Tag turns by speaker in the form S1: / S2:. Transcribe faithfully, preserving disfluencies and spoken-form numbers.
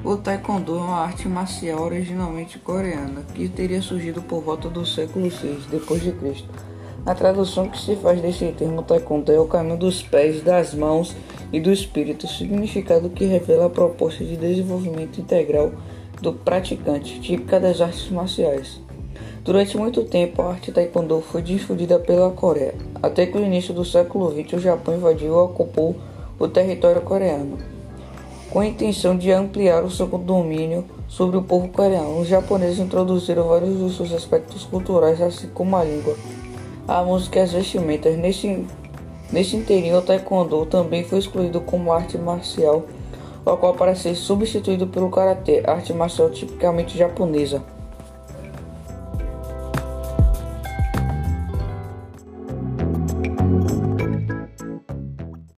S1: O Taekwondo é uma arte marcial originalmente coreana, que teria surgido por volta do século seis depois de Cristo. A tradução que se faz desse termo Taekwondo é o caminho dos pés, das mãos e do espírito, significado que revela a proposta de desenvolvimento integral do praticante, típica das artes marciais. Durante muito tempo, a arte Taekwondo foi difundida pela Coreia, até que no início do século vinte o Japão invadiu e ocupou o território coreano. Com a intenção de ampliar o seu domínio sobre o povo coreano, os japoneses introduziram vários dos seus aspectos culturais, assim como a língua, a música e as vestimentas. Nesse, nesse inteirinho, o Taekwondo também foi excluído como arte marcial, o qual para ser substituído pelo Karatê, arte marcial tipicamente japonesa.